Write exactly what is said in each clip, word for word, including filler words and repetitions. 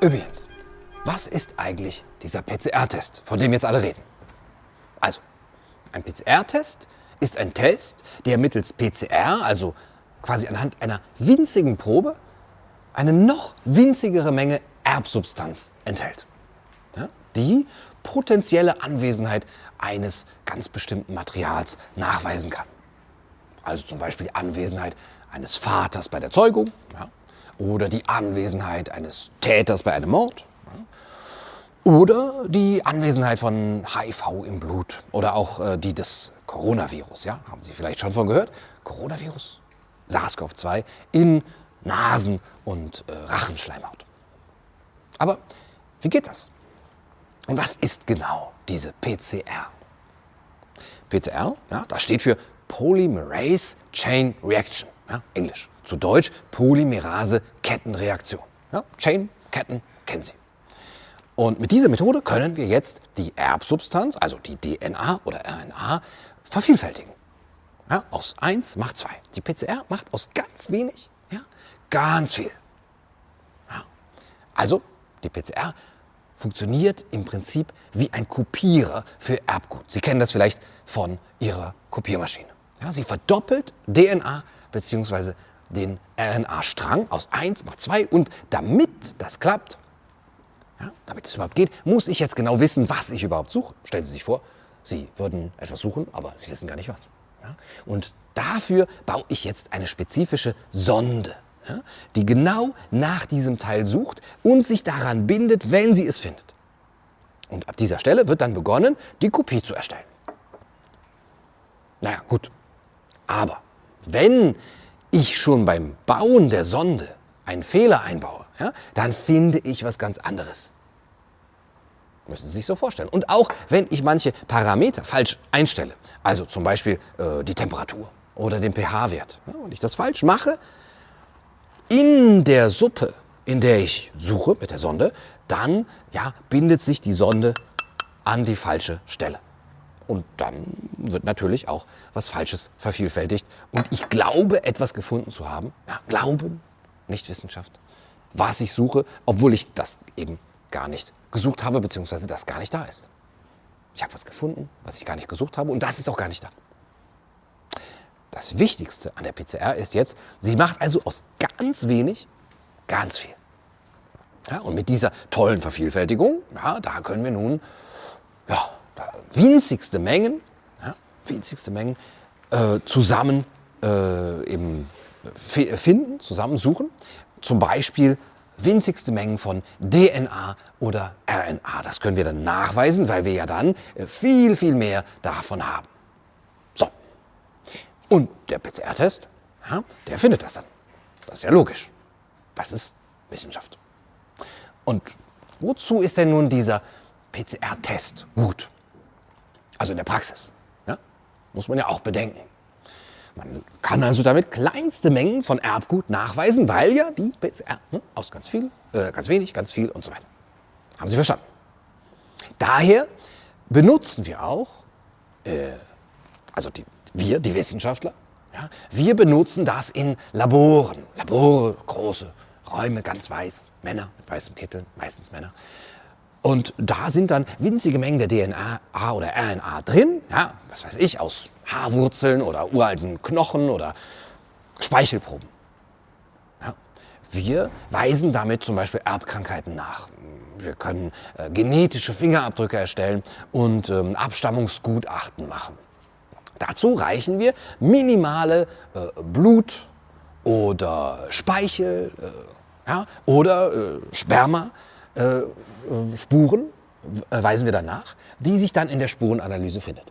Übrigens, was ist eigentlich dieser P C R-Test, von dem jetzt alle reden? Also, ein P C R-Test ist ein Test, der mittels P C R, also quasi anhand einer winzigen Probe, eine noch winzigere Menge Erbsubstanz enthält, ja, die potenzielle Anwesenheit eines ganz bestimmten Materials nachweisen kann. Also zum Beispiel die Anwesenheit eines Vaters bei der Zeugung, ja, oder die Anwesenheit eines Täters bei einem Mord, ja, oder die Anwesenheit von H I V im Blut oder auch äh, die des Coronavirus. Ja, haben Sie vielleicht schon von gehört? Coronavirus, SARS CoV zwei in Nasen- und äh, Rachenschleimhaut. Aber wie geht das? Und was ist genau diese P C R? P C R, ja, das steht für Polymerase Chain Reaction, ja, Englisch. Zu Deutsch Polymerase-Kettenreaktion. Ja, Chain, Ketten, kennen Sie. Und mit dieser Methode können wir jetzt die Erbsubstanz, also die D N A oder R N A, vervielfältigen. Ja, aus eins macht zwei. Die P C R macht aus ganz wenig, ja, ganz viel. Ja. Also die P C R funktioniert im Prinzip wie ein Kopierer für Erbgut. Sie kennen das vielleicht von Ihrer Kopiermaschine. Ja, sie verdoppelt D N A bzw. den R N A-Strang aus eins macht zwei. Und damit das klappt, ja, damit es überhaupt geht, muss ich jetzt genau wissen, was ich überhaupt suche. Stellen Sie sich vor, Sie würden etwas suchen, aber Sie wissen gar nicht was. Ja, und dafür baue ich jetzt eine spezifische Sonde, ja, die genau nach diesem Teil sucht und sich daran bindet, wenn sie es findet. Und ab dieser Stelle wird dann begonnen, die Kopie zu erstellen. Naja, gut. Aber wenn ich schon beim Bauen der Sonde einen Fehler einbaue, ja, dann finde ich was ganz anderes. Müssen Sie sich so vorstellen. Und auch wenn ich manche Parameter falsch einstelle, also zum Beispiel äh, die Temperatur oder den pH-Wert, ja, und ich das falsch mache, in der Suppe, in der ich suche mit der Sonde, dann ja, bindet sich die Sonde an die falsche Stelle. Und dann wird natürlich auch was Falsches vervielfältigt. Und ich glaube, etwas gefunden zu haben. Ja, Glauben, nicht Wissenschaft. Was ich suche, obwohl ich das eben gar nicht gesucht habe, beziehungsweise das gar nicht da ist. Ich habe was gefunden, was ich gar nicht gesucht habe, und das ist auch gar nicht da. Das Wichtigste an der P C R ist jetzt, sie macht also aus ganz wenig ganz viel. Ja, und mit dieser tollen Vervielfältigung, ja, da können wir nun ja, winzigste Mengen, ja, winzigste Mengen äh, zusammen äh, eben finden, zusammensuchen. Zum Beispiel winzigste Mengen von D N A oder R N A. Das können wir dann nachweisen, weil wir ja dann viel, viel mehr davon haben. So. Und der P C R-Test, ja, der findet das dann. Das ist ja logisch. Das ist Wissenschaft. Und wozu ist denn nun dieser P C R-Test gut? Also in der Praxis. Ja? Muss man ja auch bedenken. Man kann also damit kleinste Mengen von Erbgut nachweisen, weil ja die P C R ne, aus ganz viel, äh, ganz wenig, ganz viel und so weiter. Haben Sie verstanden? Daher benutzen wir auch, äh, also die, wir, die Wissenschaftler, ja, wir benutzen das in Laboren. Labore, große Räume, ganz weiß, Männer mit weißem Kittel, meistens Männer. Und da sind dann winzige Mengen der D N A oder R N A drin, ja, was weiß ich, aus Haarwurzeln oder uralten Knochen oder Speichelproben. Ja. Wir weisen damit zum Beispiel Erbkrankheiten nach. Wir können äh, genetische Fingerabdrücke erstellen und ähm, Abstammungsgutachten machen. Dazu reichen wir minimale äh, Blut- oder Speichel äh, ja, oder äh, Sperma. Äh, Spuren äh, weisen wir dann nach, die sich dann in der Spurenanalyse findet.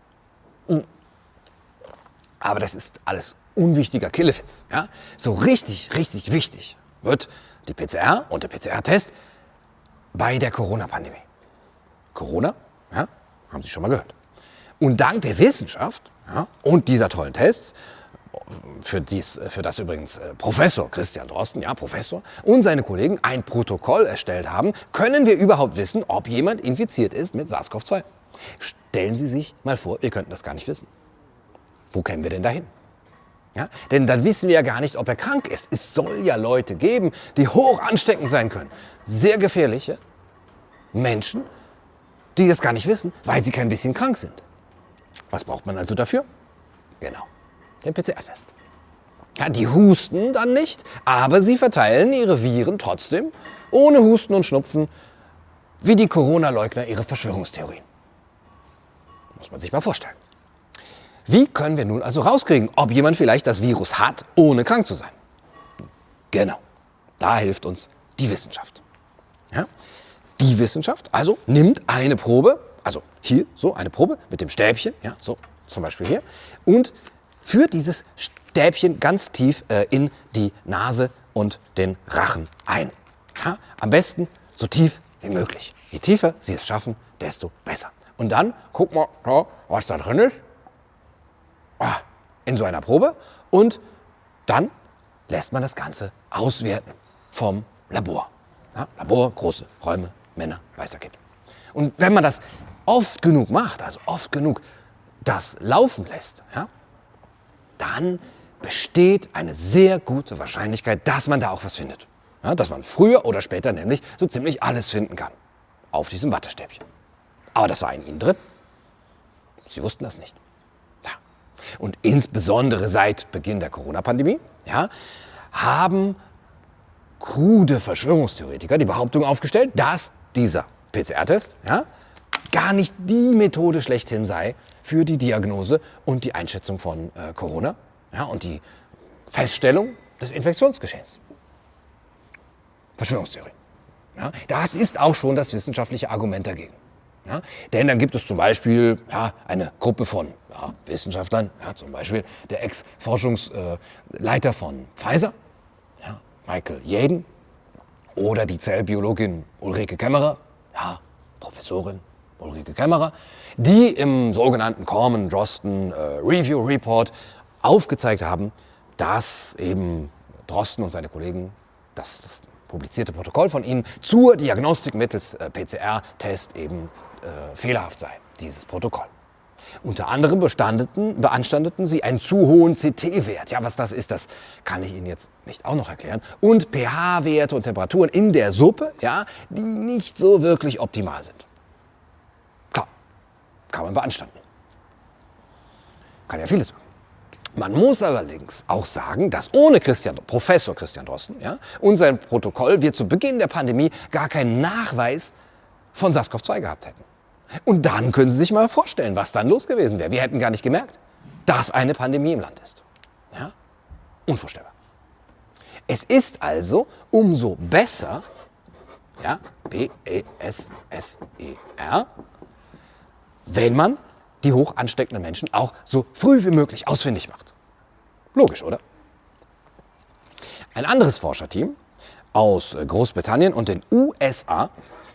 Aber das ist alles unwichtiger Killefits. Ja? So richtig, richtig wichtig wird die P C R und der P C R-Test bei der Corona-Pandemie. Corona, ja, haben Sie schon mal gehört. Und dank der Wissenschaft, ja, und dieser tollen Tests, für, dies, für das übrigens Professor Christian Drosten, ja, Professor, und seine Kollegen ein Protokoll erstellt haben, können wir überhaupt wissen, ob jemand infiziert ist mit SARS CoV zwei. Stellen Sie sich mal vor, wir könnten das gar nicht wissen. Wo kämen wir denn dahin? Ja? Denn dann wissen wir ja gar nicht, ob er krank ist. Es soll ja Leute geben, die hoch ansteckend sein können. Sehr gefährliche Menschen, die das gar nicht wissen, weil sie kein bisschen krank sind. Was braucht man also dafür? Genau, den P C R-Test. Ja, die husten dann nicht, aber sie verteilen ihre Viren trotzdem, ohne Husten und Schnupfen, wie die Corona-Leugner ihre Verschwörungstheorien. Muss man sich mal vorstellen. Wie können wir nun also rauskriegen, ob jemand vielleicht das Virus hat, ohne krank zu sein? Genau, da hilft uns die Wissenschaft. Ja? Die Wissenschaft also nimmt eine Probe, also hier so eine Probe mit dem Stäbchen, ja, so zum Beispiel hier, und führt dieses Stäbchen ganz tief äh, in die Nase und den Rachen ein. Ja? Am besten so tief wie möglich. Je tiefer Sie es schaffen, desto besser. Und dann gucken wir, ja, was da drin ist. In so einer Probe, und dann lässt man das Ganze auswerten vom Labor. Ja, Labor, große Räume, Männer, weißer Kittel. Und wenn man das oft genug macht, also oft genug das laufen lässt, ja, dann besteht eine sehr gute Wahrscheinlichkeit, dass man da auch was findet. Ja, dass man früher oder später nämlich so ziemlich alles finden kann auf diesem Wattestäbchen. Aber das war in Ihnen drin. Sie wussten das nicht. Und insbesondere seit Beginn der Corona-Pandemie, ja, haben krude Verschwörungstheoretiker die Behauptung aufgestellt, dass dieser P C R-Test, ja, gar nicht die Methode schlechthin sei für die Diagnose und die Einschätzung von äh, Corona, ja, und die Feststellung des Infektionsgeschehens. Verschwörungstheorie. Ja, das ist auch schon das wissenschaftliche Argument dagegen. Ja, denn dann gibt es zum Beispiel ja, eine Gruppe von ja, Wissenschaftlern, ja, zum Beispiel der Ex-Forschungsleiter äh, von Pfizer, ja, Michael Yaden, oder die Zellbiologin Ulrike Kämmerer, ja, Professorin Ulrike Kämmerer, die im sogenannten Corman-Drosten äh, Review Report aufgezeigt haben, dass eben Drosten und seine Kollegen das, das publizierte Protokoll von ihnen zur Diagnostik mittels äh, P C R-Test eben äh, fehlerhaft sei, dieses Protokoll. Unter anderem bestandeten, beanstandeten sie einen zu hohen C T-Wert. Ja, was das ist, das kann ich Ihnen jetzt nicht auch noch erklären. Und pH-Werte und Temperaturen in der Suppe, ja, die nicht so wirklich optimal sind. Klar, kann man beanstanden. Kann ja vieles machen. Man muss allerdings auch sagen, dass ohne Christian, Professor Christian Drosten, ja, und sein Protokoll wir zu Beginn der Pandemie gar keinen Nachweis von SARS-CoV zwei gehabt hätten. Und dann können Sie sich mal vorstellen, was dann los gewesen wäre. Wir hätten gar nicht gemerkt, dass eine Pandemie im Land ist. Ja? Unvorstellbar. Es ist also umso besser, ja, B E S S E R, wenn man die hoch ansteckenden Menschen auch so früh wie möglich ausfindig macht. Logisch, oder? Ein anderes Forscherteam aus Großbritannien und den U S A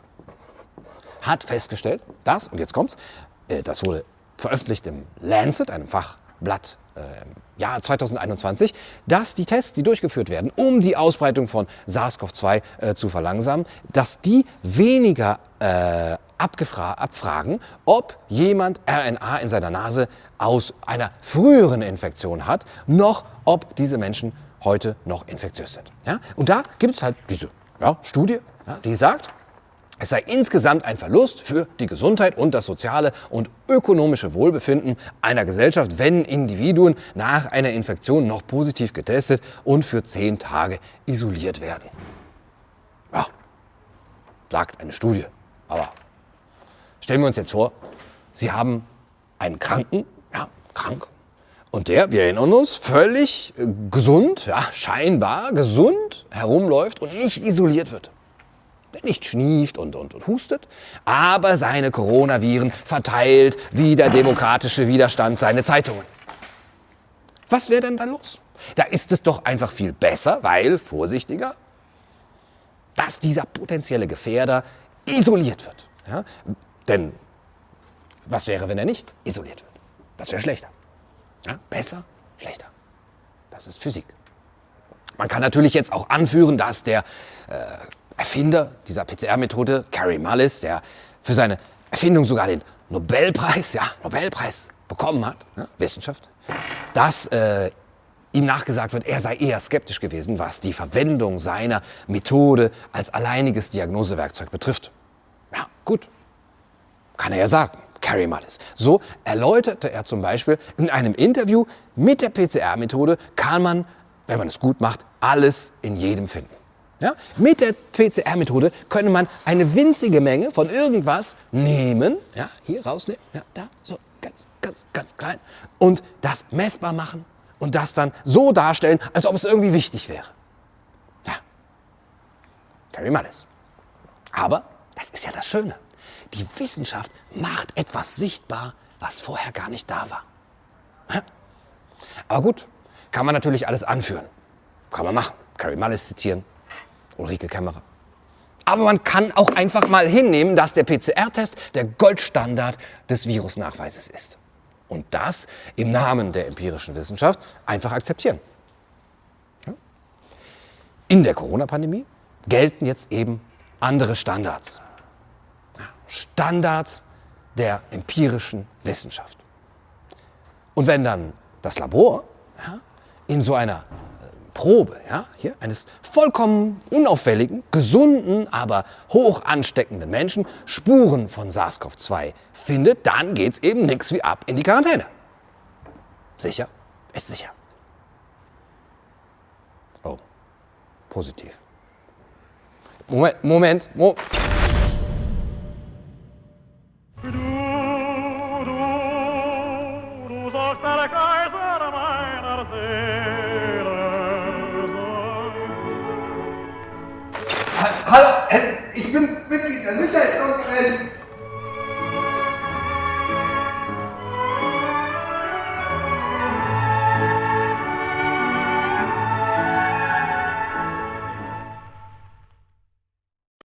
hat festgestellt, dass, und jetzt kommt's, das wurde veröffentlicht im Lancet, einem Fachblatt äh, im Jahr zweitausendeinundzwanzig, dass die Tests, die durchgeführt werden, um die Ausbreitung von SARS-CoV zwei äh, zu verlangsamen, dass die weniger äh, abfragen, ob jemand R N A in seiner Nase aus einer früheren Infektion hat, noch ob diese Menschen heute noch infektiös sind. Ja? Und da gibt es halt diese ja, Studie, ja, die sagt, es sei insgesamt ein Verlust für die Gesundheit und das soziale und ökonomische Wohlbefinden einer Gesellschaft, wenn Individuen nach einer Infektion noch positiv getestet und für zehn Tage isoliert werden. Ja, sagt eine Studie. Aber stellen wir uns jetzt vor, Sie haben einen Kranken, ja, krank, und der, wir erinnern uns, völlig äh, gesund, ja, scheinbar gesund herumläuft und nicht isoliert wird. Der nicht schnieft und, und, und hustet, aber seine Coronaviren verteilt wie der demokratische Widerstand seine Zeitungen. Was wäre denn da los? Da ist es doch einfach viel besser, weil, vorsichtiger, dass dieser potenzielle Gefährder isoliert wird. Ja? Denn was wäre, wenn er nicht isoliert wird? Das wäre schlechter. Ja? Besser, schlechter. Das ist Physik. Man kann natürlich jetzt auch anführen, dass der äh, Erfinder dieser P C R-Methode, Kary Mullis, der für seine Erfindung sogar den Nobelpreis, ja, Nobelpreis bekommen hat, ja, Wissenschaft, dass äh, ihm nachgesagt wird, er sei eher skeptisch gewesen, was die Verwendung seiner Methode als alleiniges Diagnosewerkzeug betrifft. Ja, gut, kann er ja sagen, Kary Mullis. So erläuterte er zum Beispiel in einem Interview, mit der P C R-Methode kann man, wenn man es gut macht, alles in jedem finden. Ja? Mit der P C R-Methode könne man eine winzige Menge von irgendwas nehmen, ja, hier rausnehmen, ja, da, so ganz, ganz, ganz klein, und das messbar machen und das dann so darstellen, als ob es irgendwie wichtig wäre. Ja, Kary Mullis. Aber das ist ja das Schöne. Die Wissenschaft macht etwas sichtbar, was vorher gar nicht da war. Ja? Aber gut, kann man natürlich alles anführen. Kann man machen. Kary Mullis zitieren, Ulrike Kämmerer. Aber man kann auch einfach mal hinnehmen, dass der P C R-Test der Goldstandard des Virusnachweises ist. Und das im Namen der empirischen Wissenschaft einfach akzeptieren. Ja? In der Corona-Pandemie gelten jetzt eben andere Standards. Standards der empirischen Wissenschaft. Und wenn dann das Labor, ja, in so einer Probe, ja, hier, eines vollkommen unauffälligen, gesunden, aber hoch ansteckenden Menschen Spuren von SARS-C o V zwei findet, dann geht's eben nix wie ab in die Quarantäne. Sicher ist sicher. Oh, positiv. Moment, Moment, Moment. Du, du, du sollst der Kaiser meiner Seele sein. Hallo, ich bin Mitglied der Sicherheitskonferenz.